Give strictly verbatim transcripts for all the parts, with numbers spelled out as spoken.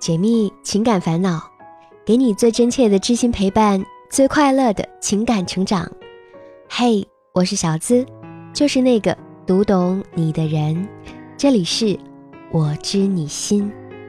解密情感烦恼，给你最真切的知心陪伴，最快乐的情感成长。嘿，我是小资，就是那个读懂你的人。这里是我知你心。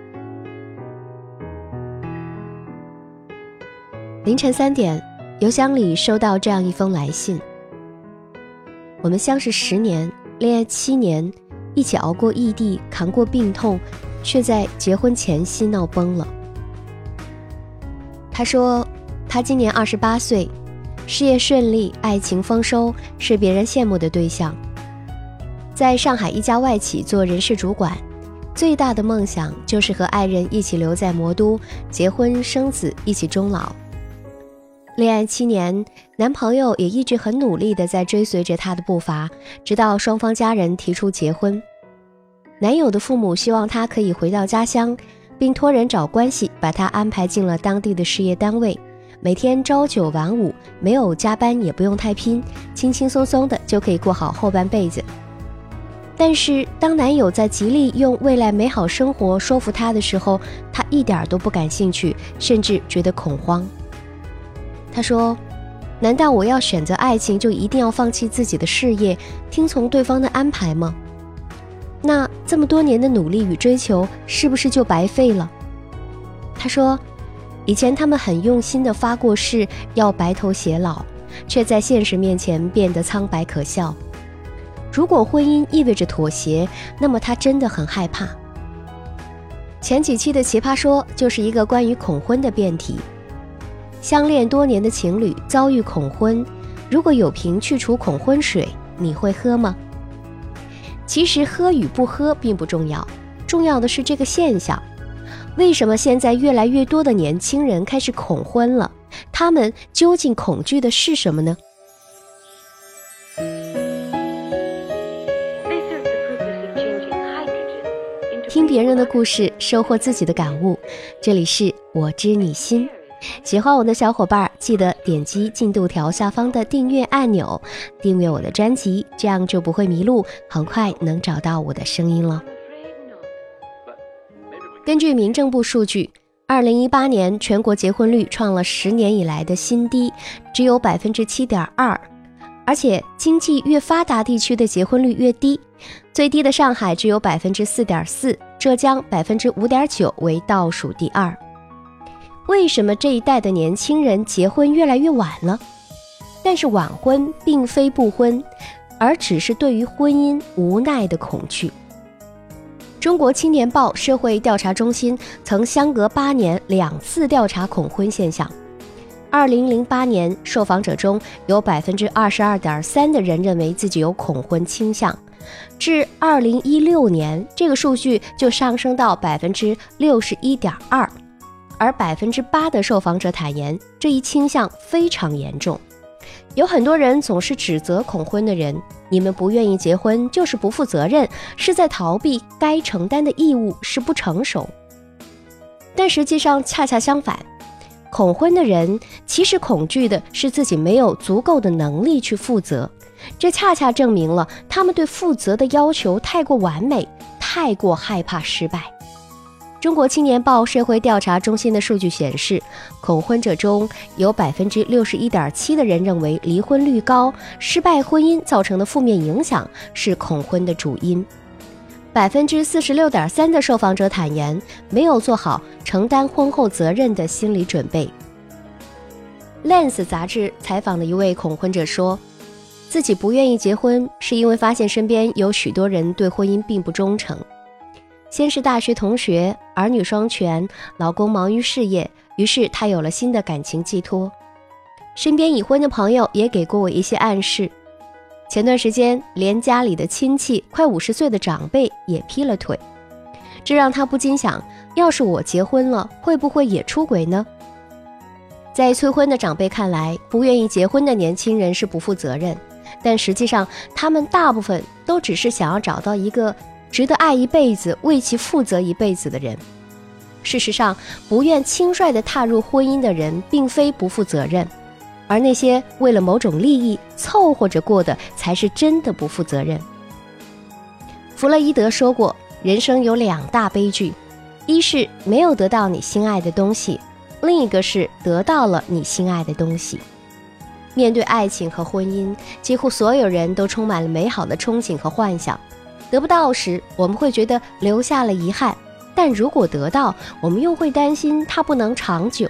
凌晨三点，邮箱里收到这样一封来信。我们相识十年，恋爱七年，一起熬过异地，扛过病痛，却在结婚前夕闹崩了。他说他今年二十八岁，事业顺利，爱情丰收，是别人羡慕的对象。在上海一家外企做人事主管，最大的梦想就是和爱人一起留在魔都，结婚生子，一起终老。恋爱七年，男朋友也一直很努力地在追随着他的步伐，直到双方家人提出结婚。男友的父母希望他可以回到家乡，并托人找关系把他安排进了当地的事业单位，每天朝九晚五，没有加班，也不用太拼，轻轻松松的就可以过好后半辈子。但是当男友在极力用未来美好生活说服他的时候，他一点都不感兴趣，甚至觉得恐慌。他说，难道我要选择爱情就一定要放弃自己的事业，听从对方的安排吗？那这么多年的努力与追求是不是就白费了？他说，以前他们很用心地发过誓要白头偕老，却在现实面前变得苍白可笑。如果婚姻意味着妥协，那么他真的很害怕。前几期的奇葩说就是一个关于恐婚的辩题。相恋多年的情侣遭遇恐婚，如果有瓶去除恐婚水，你会喝吗？其实喝与不喝并不重要，重要的是这个现象。为什么现在越来越多的年轻人开始恐婚了？他们究竟恐惧的是什么呢？听别人的故事，收获自己的感悟。这里是我知你心。喜欢我的小伙伴记得点击进度条下方的订阅按钮，订阅我的专辑，这样就不会迷路，很快能找到我的声音了。根据民政部数据，二零一八年全国结婚率创了十年以来的新低，只有 百分之七点二， 而且经济越发达地区的结婚率越低，最低的上海只有 百分之四点四， 浙江 百分之五点九 为倒数第二。为什么这一代的年轻人结婚越来越晚了？但是晚婚并非不婚，而只是对于婚姻无奈的恐惧。中国青年报社会调查中心曾相隔八年两次调查恐婚现象。二零零八年，受访者中有 百分之二十二点三 的人认为自己有恐婚倾向，至二零一六年，这个数据就上升到 百分之六十一点二。而 百分之八 的受访者坦言，这一倾向非常严重。有很多人总是指责恐婚的人，你们不愿意结婚就是不负责任，是在逃避该承担的义务，是不成熟。但实际上恰恰相反，恐婚的人其实恐惧的是自己没有足够的能力去负责，这恰恰证明了他们对负责的要求太过完美，太过害怕失败。中国青年报社会调查中心的数据显示，恐婚者中有 百分之六十一点七 的人认为离婚率高，失败婚姻造成的负面影响是恐婚的主因。 百分之四十六点三 的受访者坦言没有做好承担婚后责任的心理准备。 Lens 杂志采访的一位恐婚者说，自己不愿意结婚是因为发现身边有许多人对婚姻并不忠诚。先是大学同学，儿女双全，老公忙于事业，于是他有了新的感情寄托。身边已婚的朋友也给过我一些暗示。前段时间，连家里的亲戚快五十岁的长辈也劈了腿，这让他不禁想，要是我结婚了，会不会也出轨呢？在催婚的长辈看来，不愿意结婚的年轻人是不负责任，但实际上他们大部分都只是想要找到一个值得爱一辈子，为其负责一辈子的人。事实上，不愿轻率地踏入婚姻的人并非不负责任，而那些为了某种利益凑合着过的才是真的不负责任。弗洛伊德说过，人生有两大悲剧， 一是没有得到你心爱的东西，另一个是得到了你心爱的东西。面对爱情和婚姻，几乎所有人都充满了美好的憧憬和幻想。得不到时，我们会觉得留下了遗憾，但如果得到，我们又会担心它不能长久。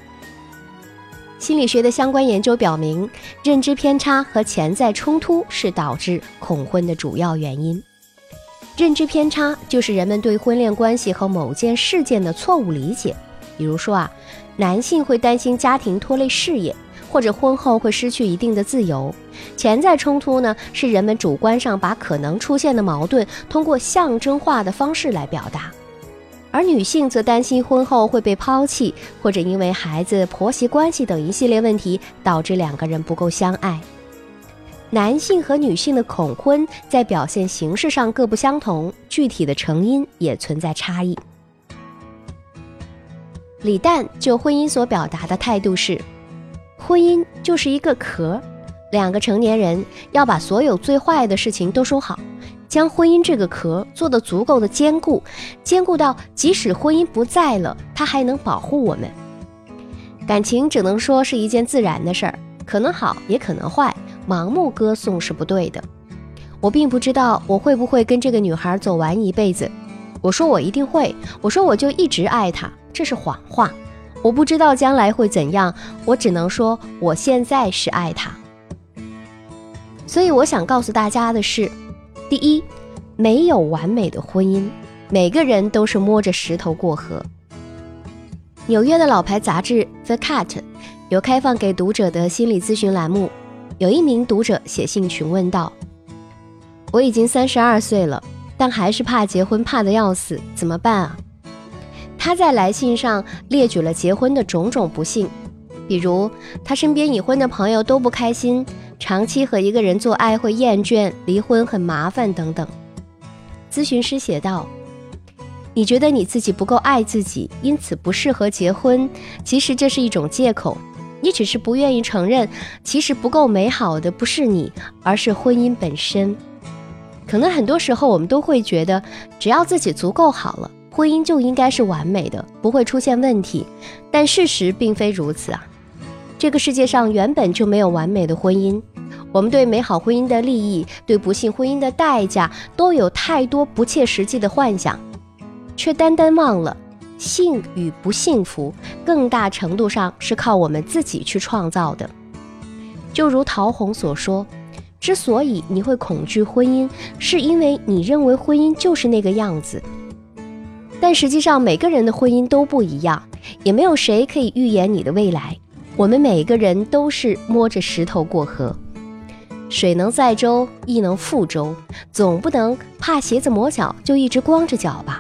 心理学的相关研究表明，认知偏差和潜在冲突是导致恐婚的主要原因。认知偏差就是人们对婚恋关系和某件事件的错误理解。比如说啊，男性会担心家庭拖累事业，或者婚后会失去一定的自由。潜在冲突呢，是人们主观上把可能出现的矛盾通过象征化的方式来表达。而女性则担心婚后会被抛弃，或者因为孩子、婆媳关系等一系列问题，导致两个人不够相爱。男性和女性的恐婚在表现形式上各不相同，具体的成因也存在差异。李诞就婚姻所表达的态度是，婚姻就是一个壳，两个成年人要把所有最坏的事情都收好，将婚姻这个壳做得足够的坚固，坚固到即使婚姻不在了，它还能保护我们。感情只能说是一件自然的事儿，可能好也可能坏，盲目歌颂是不对的。我并不知道我会不会跟这个女孩走完一辈子，我说我一定会，我说我就一直爱她，这是谎话。我不知道将来会怎样，我只能说我现在是爱她。所以我想告诉大家的是，第一，没有完美的婚姻，每个人都是摸着石头过河。纽约的老牌杂志 The Cut 有开放给读者的心理咨询栏目，有一名读者写信询问道，我已经三十二岁了，但还是怕结婚，怕得要死，怎么办啊？他在来信上列举了结婚的种种不幸，比如他身边已婚的朋友都不开心，长期和一个人做爱会厌倦，离婚很麻烦等等。咨询师写道，你觉得你自己不够爱自己，因此不适合结婚，其实这是一种借口，你只是不愿意承认，其实不够美好的不是你，而是婚姻本身。可能很多时候我们都会觉得，只要自己足够好了，婚姻就应该是完美的，不会出现问题，但事实并非如此啊。这个世界上原本就没有完美的婚姻，我们对美好婚姻的利益，对不幸婚姻的代价，都有太多不切实际的幻想，却单单忘了幸与不幸福更大程度上是靠我们自己去创造的。就如陶虹所说，之所以你会恐惧婚姻，是因为你认为婚姻就是那个样子。但实际上每个人的婚姻都不一样，也没有谁可以预言你的未来，我们每个人都是摸着石头过河。水能载舟，亦能覆舟，总不能怕鞋子磨脚就一直光着脚吧。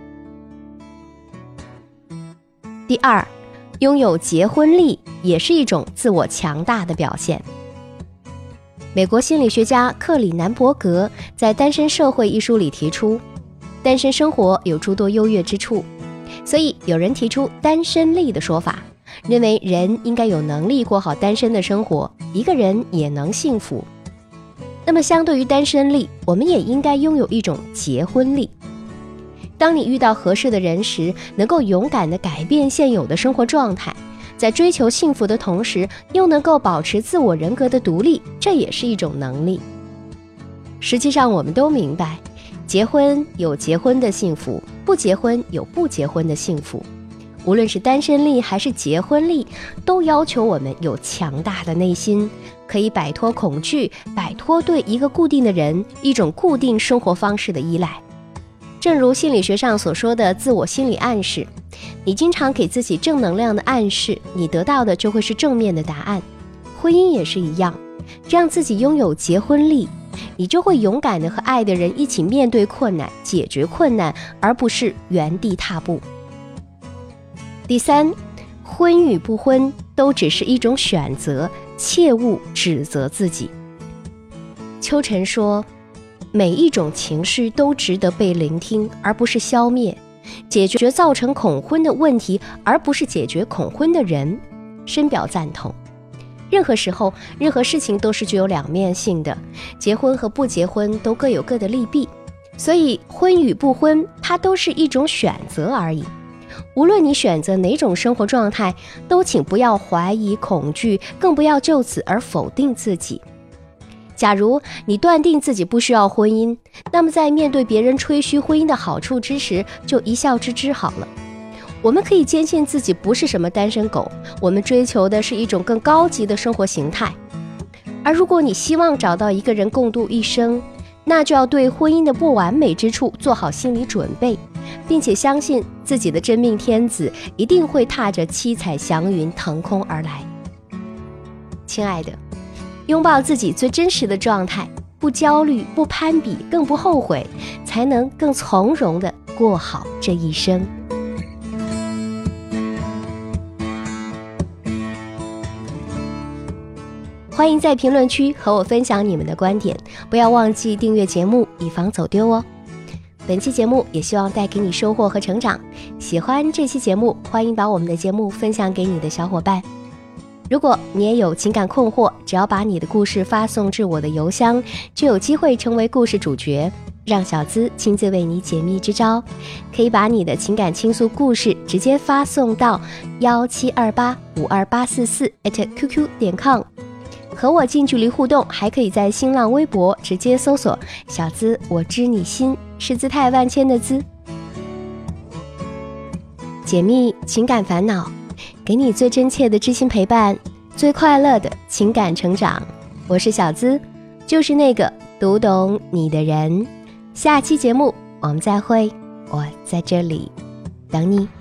第二，拥有结婚力也是一种自我强大的表现。美国心理学家克里南伯格在《单身社会》一书里提出，单身生活有诸多优越之处，所以有人提出单身力的说法，认为人应该有能力过好单身的生活，一个人也能幸福。那么相对于单身力，我们也应该拥有一种结婚力。当你遇到合适的人时，能够勇敢地改变现有的生活状态，在追求幸福的同时，又能够保持自我人格的独立，这也是一种能力。实际上我们都明白，结婚有结婚的幸福，不结婚有不结婚的幸福。无论是单身力还是结婚力，都要求我们有强大的内心，可以摆脱恐惧，摆脱对一个固定的人、一种固定生活方式的依赖。正如心理学上所说的自我心理暗示，你经常给自己正能量的暗示，你得到的就会是正面的答案。婚姻也是一样，让自己拥有结婚力，你就会勇敢地和爱的人一起面对困难，解决困难，而不是原地踏步。第三，婚与不婚都只是一种选择，切勿指责自己。秋晨说，每一种情绪都值得被聆听，而不是消灭，解决造成恐婚的问题，而不是解决恐婚的人，深表赞同。任何时候，任何事情都是具有两面性的，结婚和不结婚都各有各的利弊。 所以婚与不婚，它都是一种选择而已。无论你选择哪种生活状态，都请不要怀疑、恐惧，更不要就此而否定自己。假如你断定自己不需要婚姻，那么在面对别人吹嘘婚姻的好处之时，就一笑置之好了。我们可以坚信自己不是什么单身狗，我们追求的是一种更高级的生活形态。而如果你希望找到一个人共度一生，那就要对婚姻的不完美之处做好心理准备，并且相信自己的真命天子一定会踏着七彩祥云腾空而来。亲爱的，拥抱自己最真实的状态，不焦虑，不攀比，更不后悔，才能更从容地过好这一生。欢迎在评论区和我分享你们的观点，不要忘记订阅节目，以防走丢哦。本期节目也希望带给你收获和成长，喜欢这期节目，欢迎把我们的节目分享给你的小伙伴。如果你也有情感困惑，只要把你的故事发送至我的邮箱，就有机会成为故事主角，让小资亲自为你解密支招。可以把你的情感倾诉故事直接发送到幺七二八五二八四四 at qq 点 com。和我近距离互动，还可以在新浪微博直接搜索小资我知你心，是姿态万千的资。解密情感烦恼，给你最真切的知心陪伴，最快乐的情感成长。我是小资，就是那个读懂你的人。下期节目我们再会，我在这里等你。